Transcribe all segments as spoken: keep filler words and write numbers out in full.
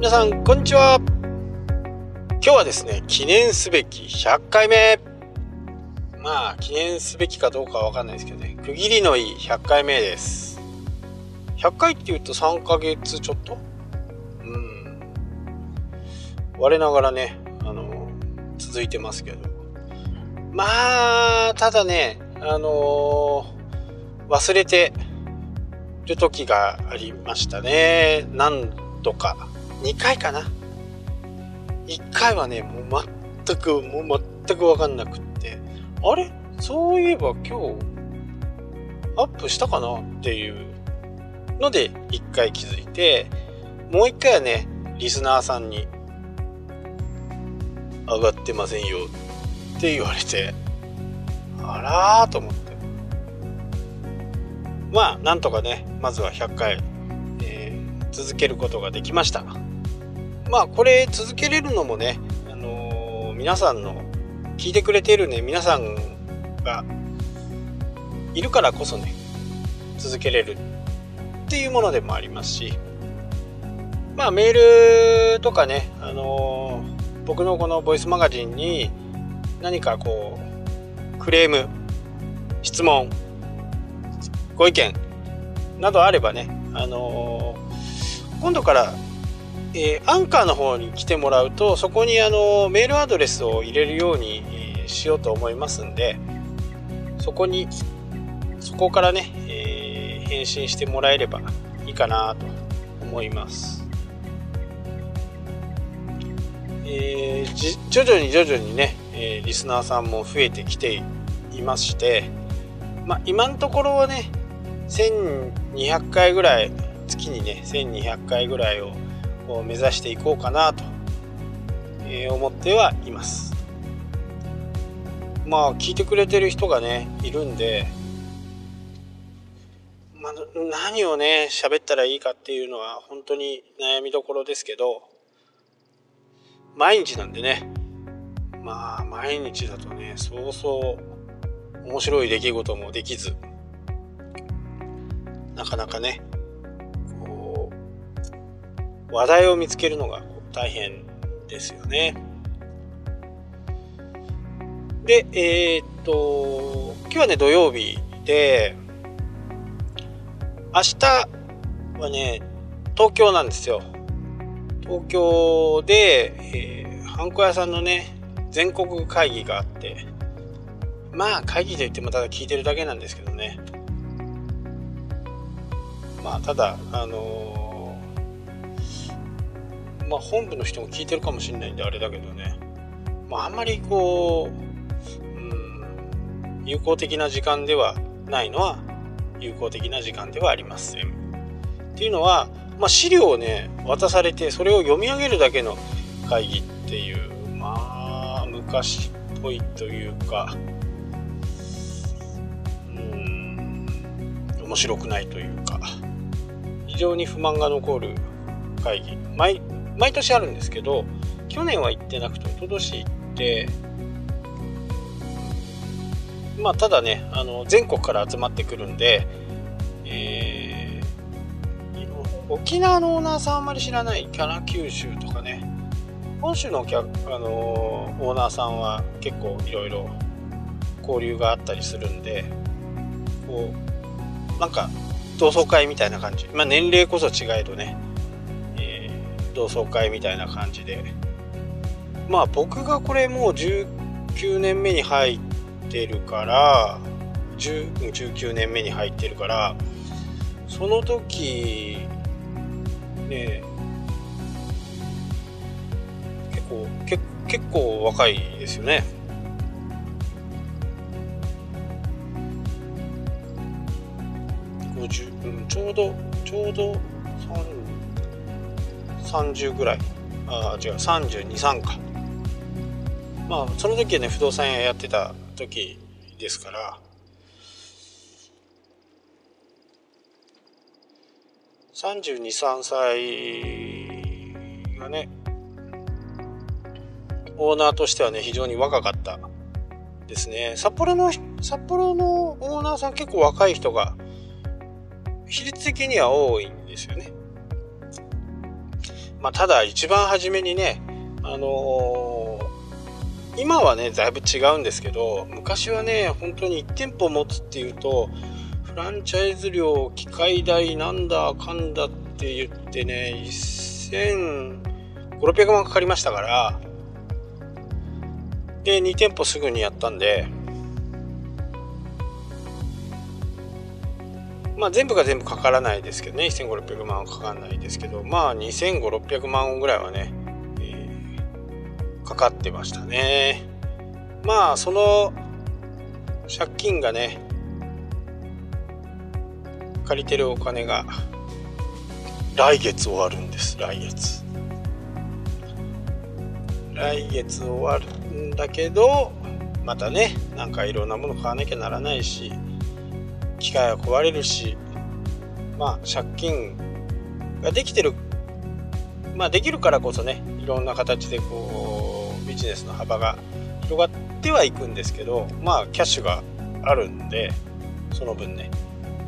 皆さんこんにちは。今日はですね、記念すべきひゃっかいめ。まあ記念すべきかどうかは分かんないですけどね、区切りのいいひゃっかいめです。ひゃっかいっていうとさんかげつちょっと、うん我ながらね、あの続いてますけど、まあただね、あのー、忘れてる時がありましたね。何度かにかいかな。いっかいはね、もう全くもう全く分かんなくって、あれそういえば今日アップしたかなっていうのでいっかい気づいて、もういっかいはね、リスナーさんに上がってませんよって言われて、あらーと思って、まあなんとかね、まずはひゃっかい、えー、続けることができました。まあこれ続けれるのもね、あのー、皆さんの聞いてくれているね皆さんがいるからこそね、続けれるっていうものでもありますし、まあメールとかね、あのー、僕のこのボイスマガジンに何かこうクレーム、質問、ご意見などあればね、あのー、今度からえー、アンカーの方に来てもらうと、そこにあのメールアドレスを入れるように、えー、しようと思いますんで、そこにそこからね、えー、返信してもらえればいいかなと思います。えー、じ徐々に徐々にね、えー、リスナーさんも増えてきていまして、まあ、今のところはねせんにひゃっかいぐらい、月にねせんにひゃっかいぐらいを目指していこうかなと思ってはいます。まあ聞いてくれてる人がねいるんで、まあ、何をね喋ったらいいかっていうのは本当に悩みどころですけど、毎日なんでね、まあ毎日だとねそうそう面白い出来事もできず、なかなかね話題を見つけるのが大変ですよね。で、えー、っと今日はね土曜日で、明日はね東京なんですよ。東京で、えー、ハンコ屋さんのね全国会議があって、まあ会議といってもただ聞いてるだけなんですけどね、まあただあのーまあ、本部の人も聞いてるかもしれないんであれだけどね、まあ、あんまりこう、うん、有効的な時間ではないのは有効的な時間ではありません。っていうのは、まあ、資料をね渡されてそれを読み上げるだけの会議っていう、まあ昔っぽいというか、うん、面白くないというか、非常に不満が残る会議、毎毎年あるんですけど、去年は行ってなくて一昨年行って、まあただね、あの全国から集まってくるんで、えー、沖縄のオーナーさんあんまり知らないキャラ、九州とかね、本州のキャ、あのー、オーナーさんは結構いろいろ交流があったりするんで、こうなんか同窓会みたいな感じ、まあ年齢こそ違えどね、同窓会みたいな感じで、まあ僕がこれもうじゅうきゅうねんめに入ってるからじゅうきゅうねんめに入ってるから、その時ね結構結結構若いですよね。ごじゅう、うん、ちょうどちょうどさんじゅうぐらい、あ違うさんじゅうに、さんか。まあその時はね不動産屋やってた時ですから、さんじゅうに、さんさいがねオーナーとしてはね非常に若かったですね。札幌の札幌のオーナーさん結構若い人が比率的には多いんですよね。 まあ、ただ一番初めにね、あのー、今はねだいぶ違うんですけど、昔はね本当にいち店舗持つっていうとフランチャイズ料、機械代なんだかんだって言ってねせんごひゃく、ろっぴゃくまんかかりましたから、でに店舗すぐにやったんで、まあ全部が全部かからないですけどね、せんごひゃく、ろっぴゃくまんはかからないですけど、まあにせんごひゃく、ろっぴゃくまんぐらいはね、えー、かかってましたね。まあその借金がね、借りてるお金が来月終わるんです。来月来月終わるんだけど、またねなんかいろんなもの買わなきゃならないし、機械は壊れるし、まあ借金ができてる、まあできるからこそね、いろんな形でこうビジネスの幅が広がってはいくんですけど、まあキャッシュがあるんで、その分ね、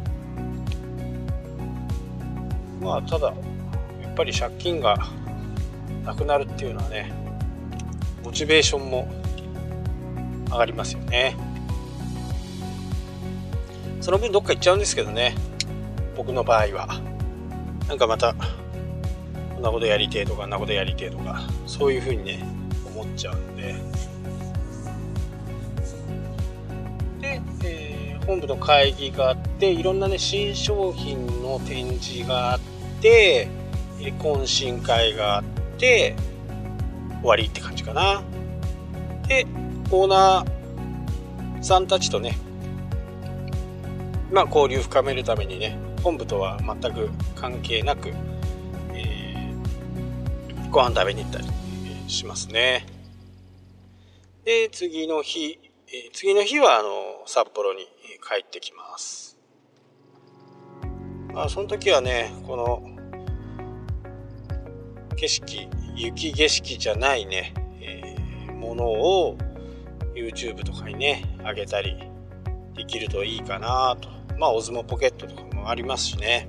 まあただやっぱり借金がなくなるっていうのはね、モチベーションも上がりますよね。その分どっか行っちゃうんですけどね、僕の場合は。なんかまたこんなことやりてえとかあんなことやりてえとか、そういう風にね思っちゃうんで、で、えー、本部の会議があって、いろんなね新商品の展示があって、懇親会があって、終わりって感じかな。でオーナーさんたちとね、まあ交流深めるためにね、本部とは全く関係なく、えー、ご飯食べに行ったりしますね。で次の日、えー、次の日はあの札幌に帰ってきます。まあその時はね、この景色、雪景色じゃないね、えー、ものを YouTube とかにね上げたりできるといいかなと。まあオズモポケットとかもありますしね。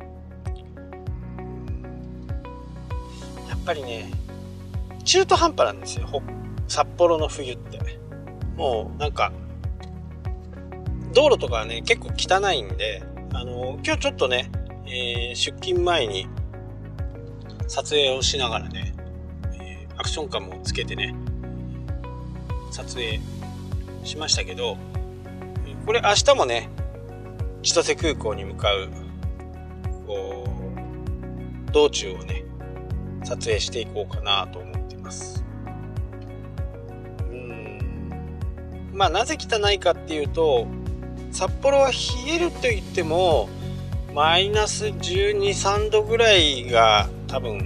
やっぱりね中途半端なんですよ、札幌の冬って。もうなんか道路とかはね結構汚いんで、あの今日ちょっとね、えー、出勤前に撮影をしながらね、えー、アクションカムをつけてね撮影しましたけど、これ明日もね千歳空港に向かうこう道中をね撮影していこうかなと思っています。うーんまあなぜ汚いかっていうと、札幌は冷えると言ってもマイナスじゅうに、さんどぐらいが多分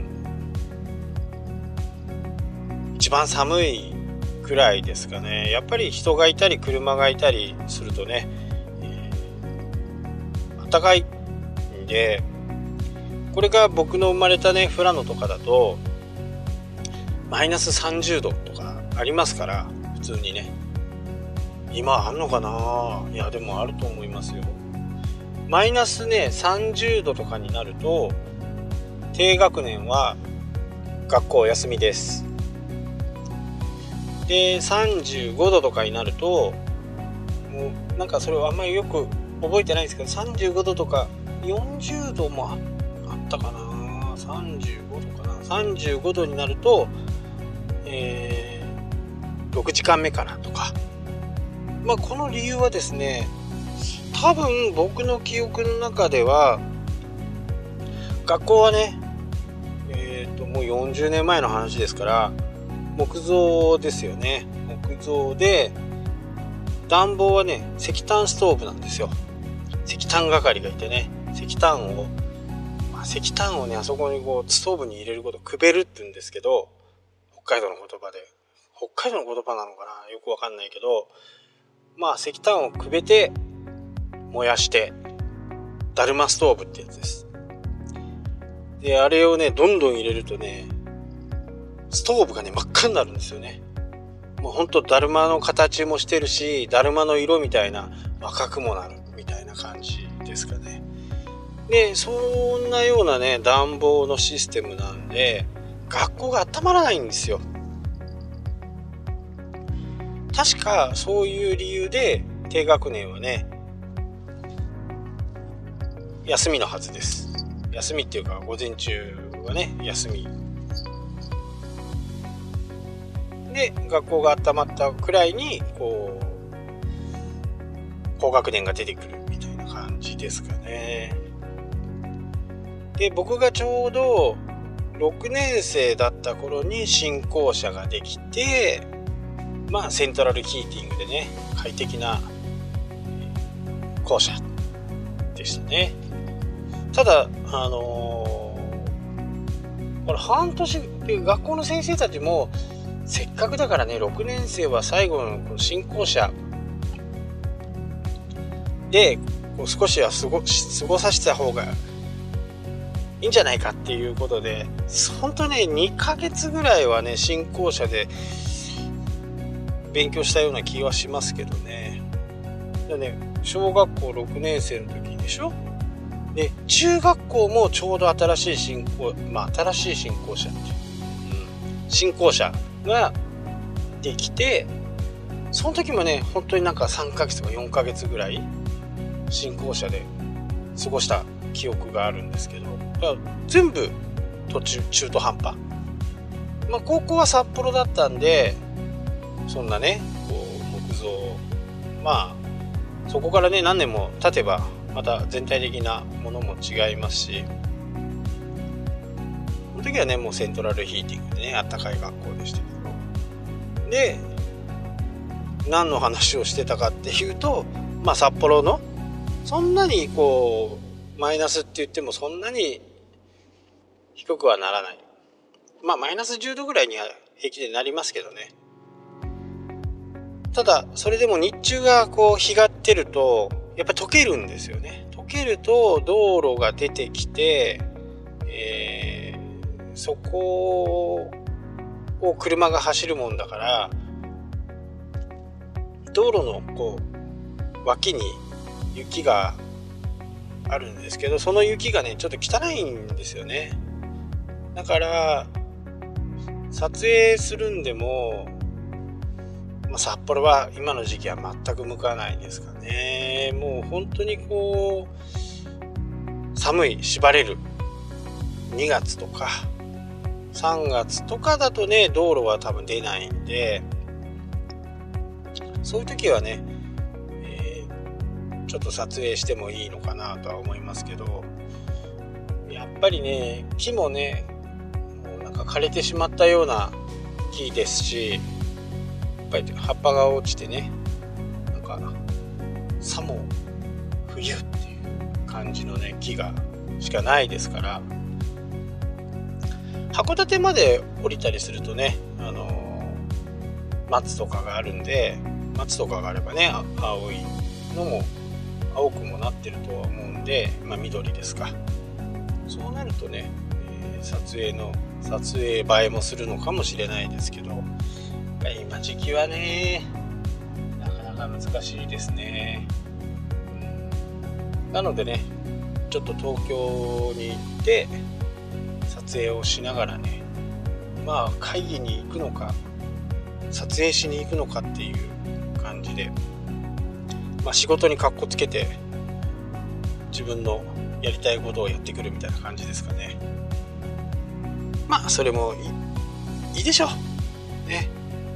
一番寒いくらいですかね。やっぱり人がいたり車がいたりするとね、えー、暖かいんで、これが僕の生まれたね富良野とかだとマイナスさんじゅうどとかありますから、普通にね。今あんのかな。いやでもあると思いますよ。マイナスねさんじゅうどとかになると低学年は学校お休みです。でさんじゅうごどとかになると、もうなんかそれはあんまりよく覚えてないんですけど、さんじゅうごどとかよんじゅうどもあったかな。さんじゅうごどかな。さんじゅうごどになると、えー、ろくじかんめかなとか。まあこの理由はですね、多分僕の記憶の中では学校はね、えーともうよんじゅうねんまえの話ですから木造ですよね。木造で暖房はね石炭ストーブなんですよ。石炭係がいてね、石炭を、まあ、石炭をねあそこにこうストーブに入れることをくべるって言うんですけど、北海道の言葉で、北海道の言葉なのかな、よくわかんないけど、まあ石炭をくべて燃やしてダルマストーブってやつです。であれをねどんどん入れるとねストーブがね真っ赤になるんですよね。もうほんとだるまの形もしてるし、だるまの色みたいな赤くもなるみたいな感じですかね。 でそんなようなね暖房のシステムなんで学校が温まらないんですよ。確かそういう理由で低学年はね休みのはずです。休みっていうか午前中はね休みで、学校が温まったくらいにこう高学年が出てくるみたいな感じですかね。で、僕がちょうどろくねん生だった頃に新校舎ができて、まあセントラルヒーティングでね快適な校舎でしたね。ただあのー、これ半年で学校の先生たちもせっかくだからねろくねん生は最後のこの新校舎でこう少しは過ご、過ごさせた方がいいんじゃないかっていうことで本当ねにかげつぐらいはね新校舎で勉強したような気はしますけどね。でね小学校ろくねん生の時でしょ。で中学校もちょうど新しい新校まあ新しい新校舎っていう、うん、新校舎ができてその時もね本当になんかさんかげつとかよんかげつぐらい新校舎で過ごした記憶があるんですけど、だから全部途中中途半端。まあ高校は札幌だったんでそんなねこう木造まあそこからね何年も経てばまた全体的なものも違いますし、その時はねもうセントラルヒーティングでねあったかい学校でしたけど、で何の話をしてたかっていうと、まあ札幌のそんなにこうマイナスって言ってもそんなに低くはならない。まあマイナスじゅうどぐらいには平気でなりますけどね。ただそれでも日中がこう日が照るとやっぱり溶けるんですよね。溶けると道路が出てきて、えー、そこを車が走るもんだから道路のこう脇に雪があるんですけどその雪がねちょっと汚いんですよね。だから撮影するんでもまあ、札幌は今の時期は全く向かないですかね。もう本当にこう寒い縛れるにがつとかさんがつとかだとね道路は多分出ないんでそういう時はね、えー、ちょっと撮影してもいいのかなとは思いますけどやっぱりね木もねもうなんか枯れてしまったような木ですしやっぱり葉っぱが落ちてねなんかさも冬っていう感じのね木がしかないですから函館まで降りたりするとねあのー、松とかがあるんで松とかがあればね青いのも青くもなってるとは思うんでまあ緑ですか。そうなるとね、えー、撮影の撮影映えもするのかもしれないですけど今時期はねなかなか難しいですね、うん、なのでねちょっと東京に行って撮影をしながらねまあ会議に行くのか撮影しに行くのかっていう感じで、まあ、仕事にかっこつけて自分のやりたいことをやってくるみたいな感じですかね。まあそれもいい、いいでしょうね。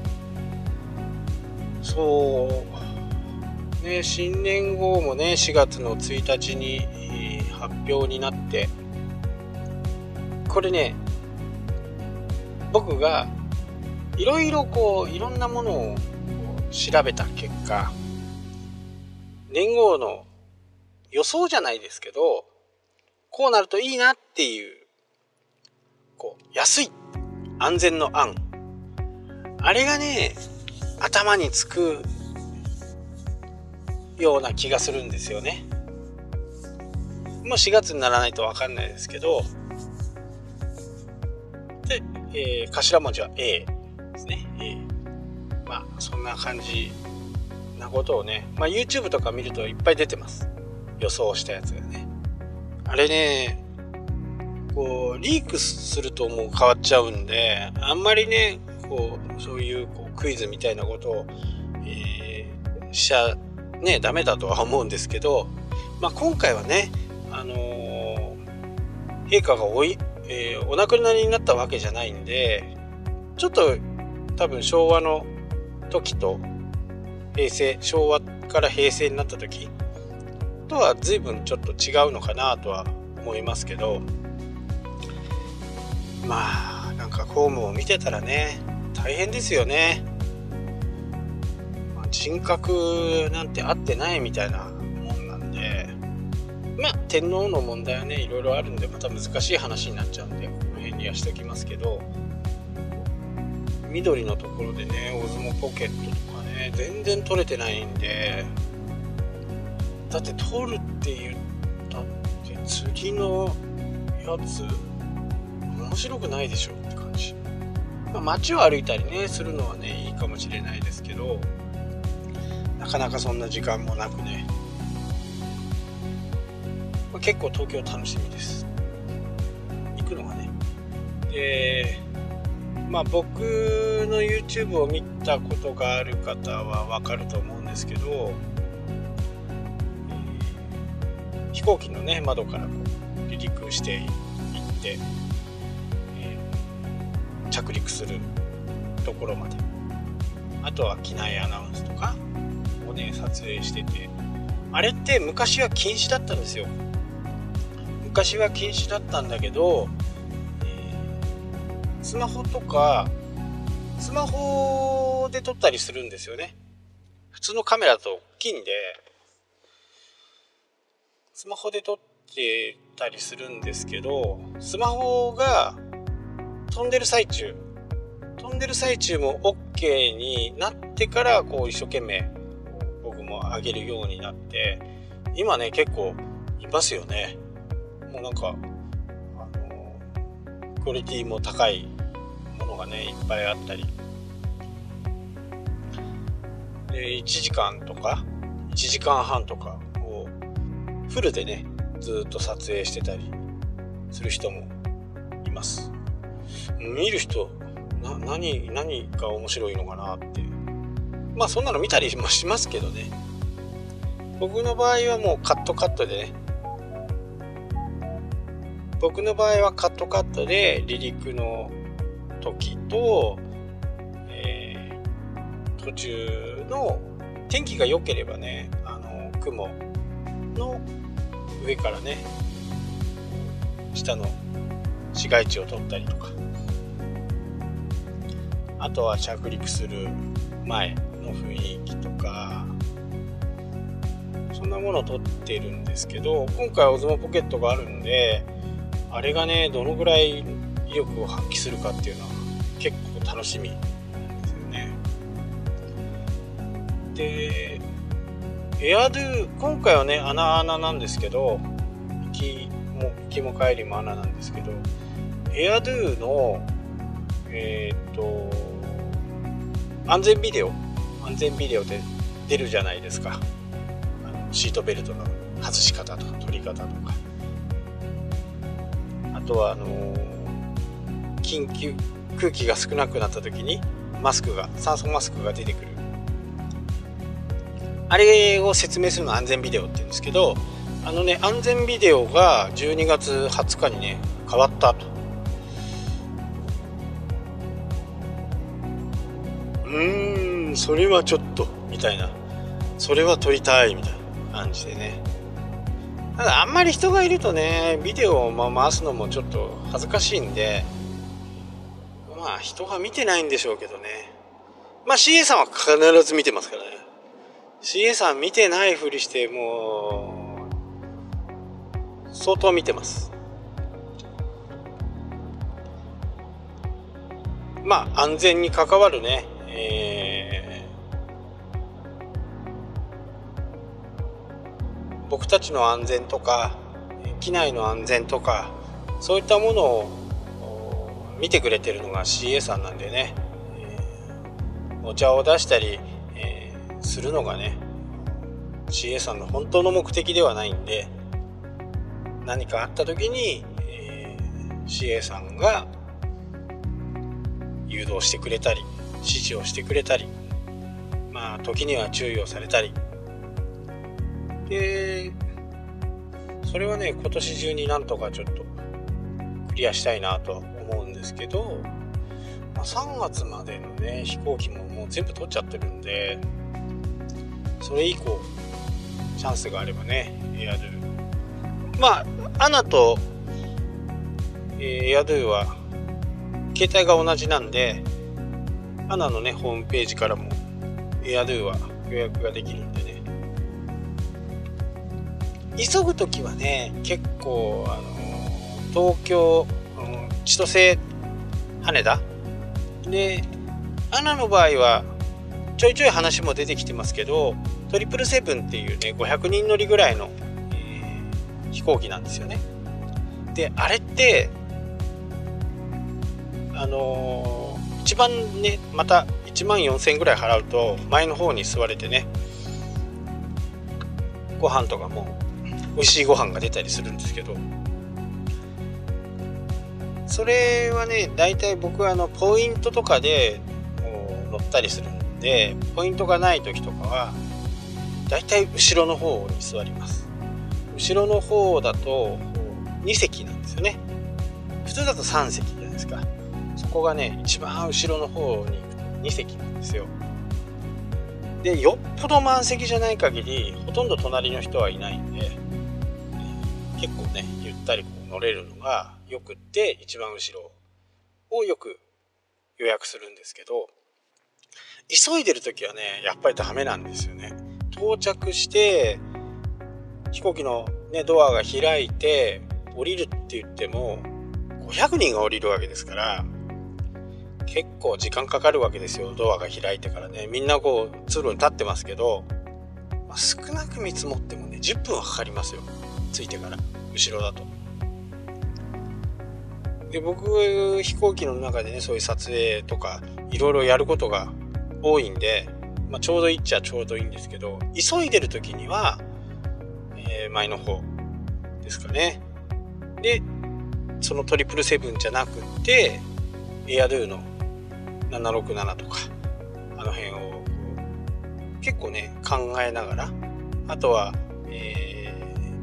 そうね新年号もねしがつのついたちに、えー、発表になってこれね僕がいろいろこういろんなものを調べた結果年号の予想じゃないですけどこうなるといいなっていうこう安い安全の安あれがね頭につくような気がするんですよね。もうしがつにならないと分かんないですけどで、えー、頭文字は A ですね、A、まあそんな感じなことをね、まあ、YouTube とか見るといっぱい出てます予想したやつがねあれねこうリークするともう変わっちゃうんで、あんまりねこうそういう、こうクイズみたいなことを、えー、しちゃねダメだとは思うんですけど、まあ、今回はね、あのー、陛下がおい、えー、お亡くなりになったわけじゃないんで、ちょっと多分昭和の時と平成、昭和から平成になった時とは随分ちょっと違うのかなとは思いますけど、まあなんか公務を見てたらね大変ですよね。まあ、人格なんて合ってないみたいなもんなんで、まあ天皇の問題はねいろいろあるんでまた難しい話になっちゃうんでこの辺にはしておきますけど、緑のところでねオズモポケットとかね全然取れてないんで、だって取るって言ったって次のやつ面白くないでしょって感じ。まあ、街を歩いたりねするのはねいいかもしれないですけど、なかなかそんな時間もなくね、まあ、結構東京楽しみです、行くのがね。でまあ僕の YouTube を見たことがある方はわかると思うんですけど、えー、飛行機のね窓からこう離陸していって、えー、着陸するところまで、あとは機内アナウンスとかをね撮影してて、あれって昔は禁止だったんですよ。昔は禁止だったんだけど、スマホとかスマホで撮ったりするんですよね。普通のカメラと大きいんでスマホで撮ってたりするんですけど、スマホが飛んでる最中飛んでる最中も OK になってからこう一生懸命僕も上げるようになって、今ね結構いますよね。もうなんかクオリティも高いものがねいっぱいあったりで、いちじかんとかいちじかんはんとかをフルでねずっと撮影してたりする人もいます。見る人な 何, 何が面白いのかなって、まあそんなの見たりもしますけどね。僕の場合はもうカットカットでね僕の場合はカットカットで離陸の時と、えー、途中の天気が良ければね、あの雲の上からね下の市街地を撮ったりとか、あとは着陸する前の雰囲気とか、そんなものを撮ってるんですけど、今回はオズモポケットがあるんで、あれがねどのぐらい威力を発揮するかっていうのは結構楽しみなんですよね。でエアドゥ今回はね穴穴なんですけど、行きも行きも帰りも穴なんですけど、エアドゥのえっと安全ビデオ安全ビデオで出るじゃないですか。あのシートベルトの外し方とか取り方とか、あとはあのー、緊急空気が少なくなった時にマスクが酸素マスクが出てくる、あれを説明するのを安全ビデオって言うんですけど、あのね安全ビデオがじゅうにがつはつかにね変わったと。うーんそれはちょっとみたいな、それは撮りたいみたいな感じでね。ただあんまり人がいるとねビデオを回すのもちょっと恥ずかしいんで、まあ人が見てないんでしょうけどね。まあ シーエー さんは必ず見てますからね。 シーエー さん見てないふりしてもう相当見てます。まあ安全に関わるね、えー、僕たちの安全とか機内の安全とかそういったものを見てくれてるのが シーエー さんなんでね、えー、お茶を出したり、えー、するのがね シーエー さんの本当の目的ではないんで、 何かあった時に、えー、シーエー さんが誘導してくれたり指示をしてくれたり、まあ時には注意をされたりで、それはね今年中になんとかちょっとクリアしたいなとは思うんですけど、まあ、さんがつまでのね飛行機ももう全部取っちゃってるんで、それ以降チャンスがあればねエアドゥ、まあアナと、えー、エアドゥは携帯が同じなんで、アナのねホームページからもエアドゥは予約ができるんでね、急ぐときはね結構あの東京、うん、千歳羽田で、アナの場合はちょいちょい話も出てきてますけど、トリプルセブンっていうねごひゃくにん乗りぐらいの、えー、飛行機なんですよね。であれってあのー、一番ねまたいちまんよんせんえんぐらい払うと前の方に座れてね、ご飯とかも美味しいご飯が出たりするんですけど、それはねだいたい僕はあのポイントとかで乗ったりするんで、ポイントがない時とかはだいたい後ろの方に座ります。後ろの方だとに席なんですよね。普通だとさん席じゃないですか。そこがね一番後ろの方にに席なんですよ。でよっぽど満席じゃない限りほとんど隣の人はいないんで、結構ねゆったりこう乗れるのがよくって、一番後ろをよく予約するんですけど、急いでる時はねやっぱりダメなんですよね。到着して飛行機の、ね、ドアが開いて降りるって言ってもごひゃくにんが降りるわけですから、結構時間かかるわけですよ。ドアが開いてからね、みんなこう通路に立ってますけど、まあ、少なく見積もってもねじゅっぷんはかかりますよ、着いてから後ろだと。で僕飛行機の中でねそういう撮影とかいろいろやることが多いんで、まあ、ちょうどいいっちゃちょうどいいんですけど、急いでる時には、えー、前の方ですかね。でそのトリプルセブンじゃなくってエアドゥのななろくななとかあの辺を結構ね考えながら、あとは、え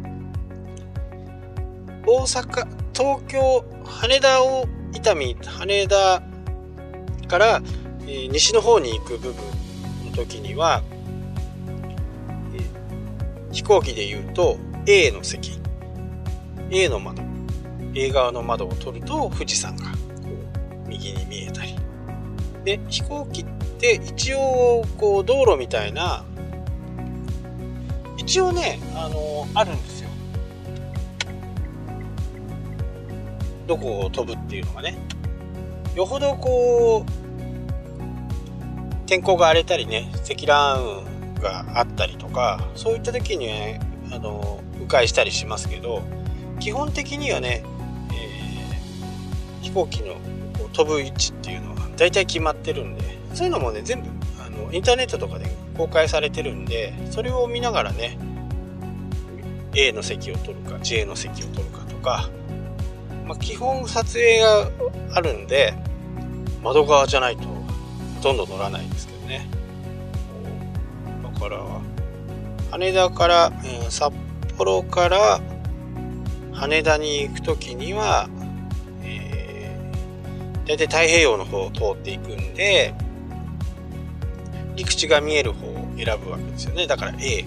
ー、大阪東京羽田を伊丹羽田から、えー、西の方に行く部分の時には、えー、飛行機でいうと A の席 A の窓 A 側の窓を取ると富士山がこう右に見えたりで、飛行機って一応こう道路みたいな一応ねあのあるんですよ、どこを飛ぶっていうのがね。よほどこう天候が荒れたりね積乱雲があったりとかそういった時には、ね、あの迂回したりしますけど、基本的にはね、えー、飛行機のこう飛ぶ位置っていうのは大体決まってるんで、そういうのもね全部あのインターネットとかで公開されてるんで、それを見ながらね A の席を取るか J の席を取るかとか、まあ、基本撮影があるんで窓側じゃないとほとんど乗らないですけどね。だから羽田から、えー、札幌から羽田に行くときには、えー、大体太平洋の方を通っていくんで陸地が見える方を選ぶわけですよね。だから A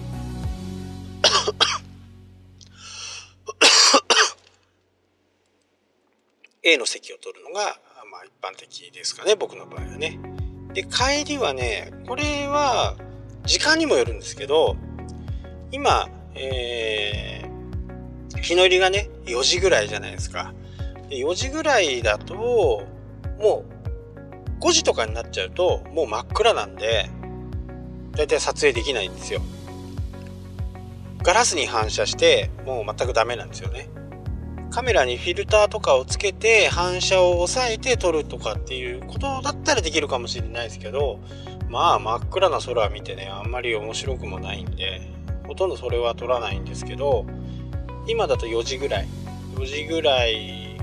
A の席を取るのが、まあ、一般的ですかね、僕の場合はね。で帰りはねこれは時間にもよるんですけど、今、えー、日の入りがねよじぐらいじゃないですか。でよじぐらいだともうごじとかになっちゃうともう真っ暗なんでだいたい撮影できないんですよ。ガラスに反射してもう全くダメなんですよね。カメラにフィルターとかをつけて反射を抑えて撮るとかっていうことだったらできるかもしれないですけど、まあ真っ暗な空を見てねあんまり面白くもないんでほとんどそれは撮らないんですけど、 今だとよじぐらいよじぐらい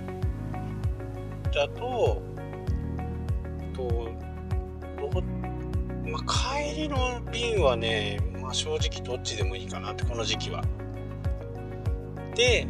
だととど、まあ、帰りの便はね、まあ、正直どっちでもいいかなって、この時期は。で、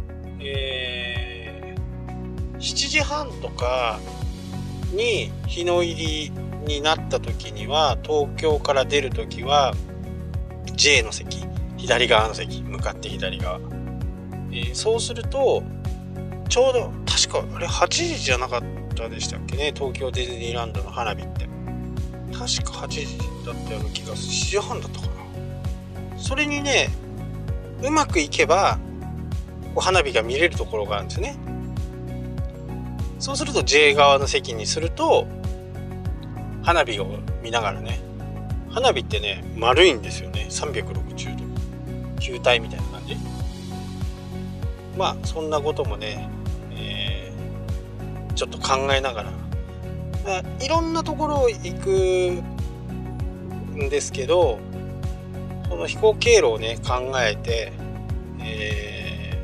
えー、しちじはんとかに日の入りになった時には、東京から出る時は ジェイ の席、左側の席、向かって左側、えー、そうするとちょうど確かあれはちじじゃなかったでしたっけね、東京ディズニーランドの花火って。確かはちじだったような気がする。しちじはんだったかな。それにね、うまくいけば花火が見れるところがあるんですね。そうすると ジェイ 側の席にすると花火を見ながらね、花火ってね丸いんですよね、さんびゃくろくじゅうど、球体みたいな感じ。まあそんなこともね、えー、ちょっと考えながら、まあ、いろんなところ行くんですけど、その飛行経路をね考えて、え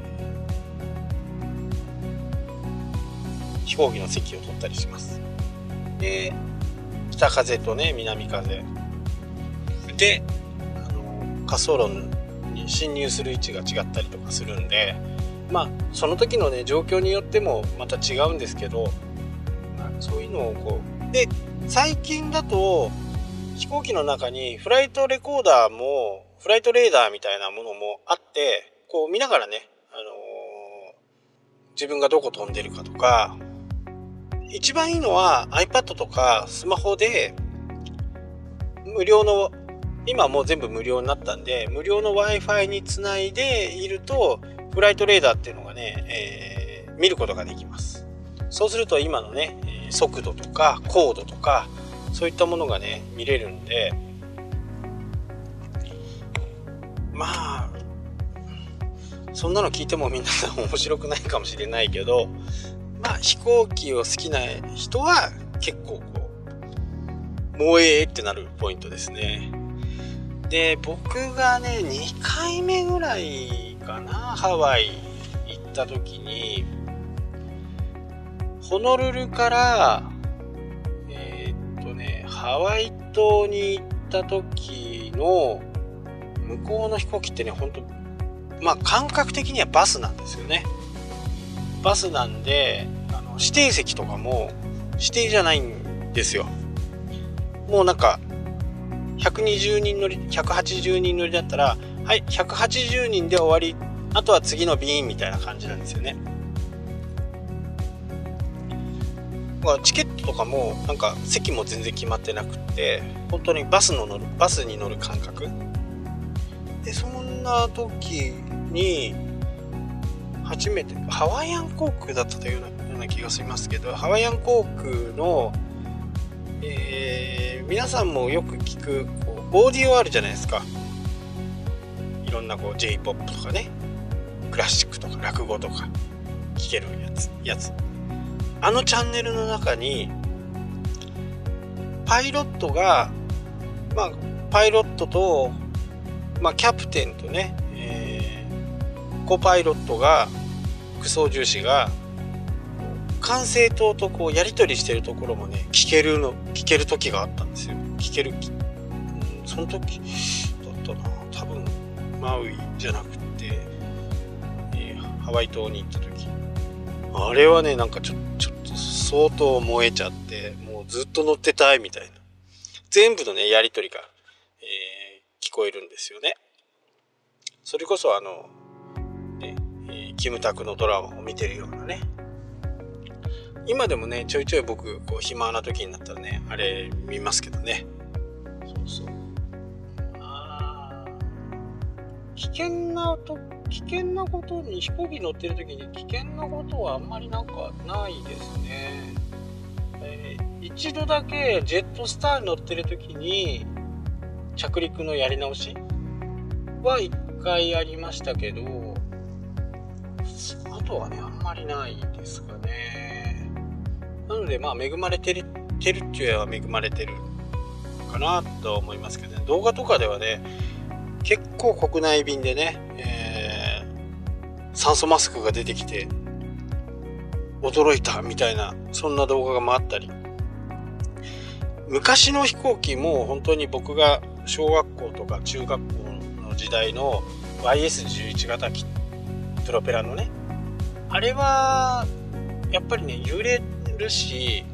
ー、飛行機の席を取ったりします。で、北風とね南風で、あの滑走路に進入する位置が違ったりとかするんで、まあその時のね状況によってもまた違うんですけど、まあ、そういうのをこうで、最近だと飛行機の中にフライトレコーダーもフライトレーダーみたいなものもあって、こう見ながらね、あのー、自分がどこ飛んでるかとか、一番いいのは iPad とかスマホで無料の、今もう全部無料になったんで、無料の Wi-Fi につないでいるとフライトレーダーっていうのがね、えー、見ることができます。そうすると今のね速度とか高度とかそういったものがね見れるんで、まあそんなの聞いてもみんな面白くないかもしれないけど、まあ飛行機を好きな人は結構こうもうええってなるポイントですね。で、僕がねにかいめぐらいかな、ハワイ行った時にホノルルからえー、っとねハワイ島に行った時の向こうの飛行機ってね、ほんとまあ感覚的にはバスなんですよね。バスなんで、あの指定席とかも指定じゃないんですよ。もうなんかひゃくにじゅうにん乗り、ひゃくはちじゅうにん乗りだったら、はい、ひゃくはちじゅうにんで終わり、あとは次の便みたいな感じなんですよね。チケットとかもなんか席も全然決まってなくって、本当にバスの乗るバスに乗る感覚で、そんな時に初めてハワイアン航空だったというような気がしますけど、ハワイアン航空の、えー、皆さんもよく聞くこうオーディオあるじゃないですか。いろんなこう J-ポップ とかね、クラシックとか落語とか聞けるやつやつあのチャンネルの中にパイロットが、まあパイロットと、まあ、キャプテンとね、えー、コパイロットが、副操縦士が管制塔とこうやり取りしてるところもね聞けるの聞ける時があったんですよ。聞ける、うん、その時だったな、多分マウイじゃなくて、えー、ハワイ島に行った時、あれはねなんかちょちょっと相当燃えちゃって、もうずっと乗ってたいみたいな、全部のねやり取りが、えー、聞こえるんですよね。それこそあの、ねえー、キムタクのドラマを見てるようなね。今でもねちょいちょい僕こう暇な時になったらねあれ見ますけどね。そうそう。あ危険なと危険なことに、飛行機乗ってる時に危険なことはあんまりなんかないですね。えー、一度だけジェットスターに乗ってる時に着陸のやり直しはいっかいありましたけど、あとはねあんまりないですかね。なのでまあ恵まれてるてるっていうのは恵まれてるかなと思いますけどね。動画とかではね結構国内便でね、え酸素マスクが出てきて驚いたみたいな、そんな動画が回ったり、昔の飛行機も本当に僕が小学校とか中学校の時代の ワイエスじゅういち 型機プロペラのね、あれはやっぱりね揺れるし、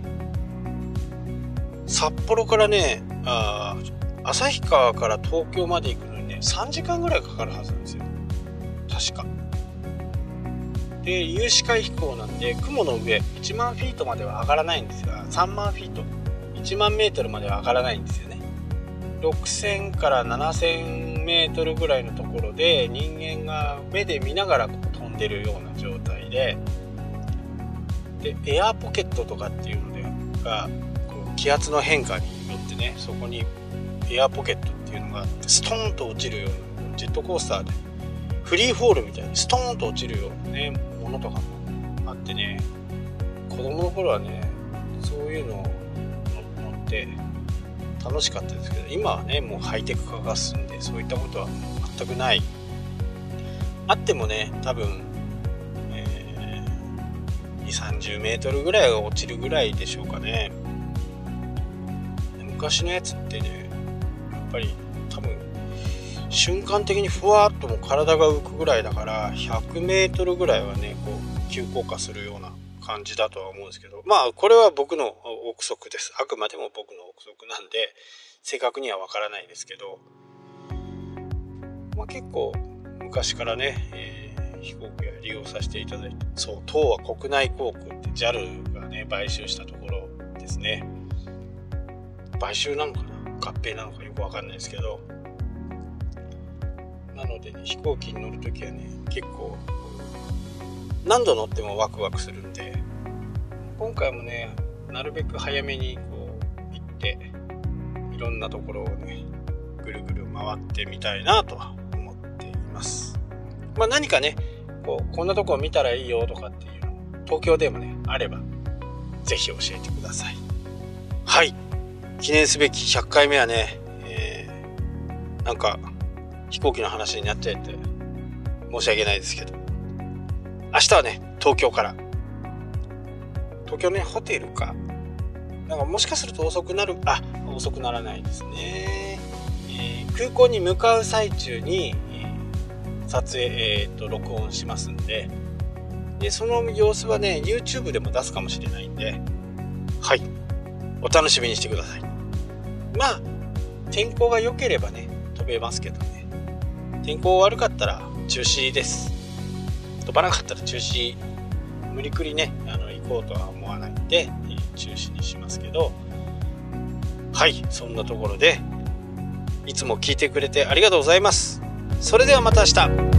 札幌からねあ旭川から東京まで行くのにねさんじかんぐらいかかるはずなんですよ、確か。で有視界飛行なんで雲の上いちまんフィートまでは上がらないんですが、さんまんフィートいちまんメートルまでは上がらないんですよね。ろくせんからななせんメートルぐらいのところで人間が目で見ながらこう飛んでるような状態で、でエアーポケットとかっていうのでがこう気圧の変化によってね、そこにエアーポケットっていうのがあって、ストーンと落ちるようなジェットコースターでフリーフォールみたいにストーンと落ちるようなねものとかもあってね、子供の頃はねそういうのを乗って楽しかったですけど、今はねもうハイテク化が進んでそういったことは全くない。あってもね多分、えー、にじゅう、さんじゅうメートルぐらいが落ちるぐらいでしょうかね。昔のやつってねやっぱり多分瞬間的にふわっとも体が浮くぐらいだから、ひゃくメートルぐらいはねこう急降下するような感じだとは思うんですけど、まあこれは僕の憶測です。あくまでも僕の憶測なんで正確にはわからないですけど、まあ、結構昔からね、えー、飛行機は利用させていただいて、そう東亜国内航空って ジャル がね買収したところですね。買収なのかな合併なのかよくわかんないですけど、なので、ね、飛行機に乗るときはね結構何度乗ってもワクワクするんで、今回もねなるべく早めにこう行っていろんなところをねぐるぐる回ってみたいなとは思っています。まあ何かねこうこんなとこを見たらいいよとかっていうの東京でもねあればぜひ教えてください。はい、記念すべきひゃっかいめはね、えー、なんか飛行機の話になっちゃって申し訳ないですけど、明日はね東京から東京ねホテルかなんかもしかすると遅くなるあ遅くならないですね、えー、空港に向かう最中に、えー、撮影、えー、と録音しますんで、でその様子はね YouTube でも出すかもしれないんで、はいお楽しみにしてください。まあ天候が良ければね飛べますけどね、天候悪かったら中止です。飛ばなかったら中止、無理くりねあの行こうとは思わないんで、えー、中止にしますけど、はいそんなところでいつも聞いてくれてありがとうございます。それではまた明日。